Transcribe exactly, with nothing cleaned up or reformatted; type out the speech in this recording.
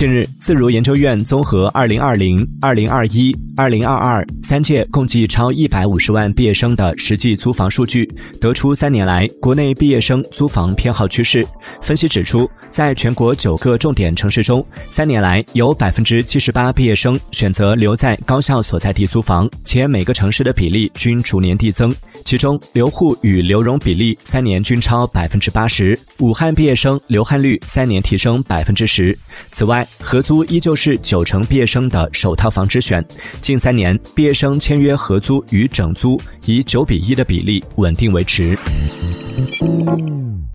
近日，自如研究院综合二零二零、二零二一、二零二二三届共计超一百五十万毕业生的实际租房数据，得出三年来国内毕业生租房偏好趋势。分析指出，在全国九个重点城市中，三年来有 百分之七十八 毕业生选择留在高校所在地租房，且每个城市的比例均逐年递增。其中，留沪与留蓉比例三年均超 百分之八十， 武汉毕业生留汉率三年提升 百分之十。此外，合租依旧是九成毕业生的首套房之选。近三年，毕业生签约合租与整租以九比一的比例稳定维持。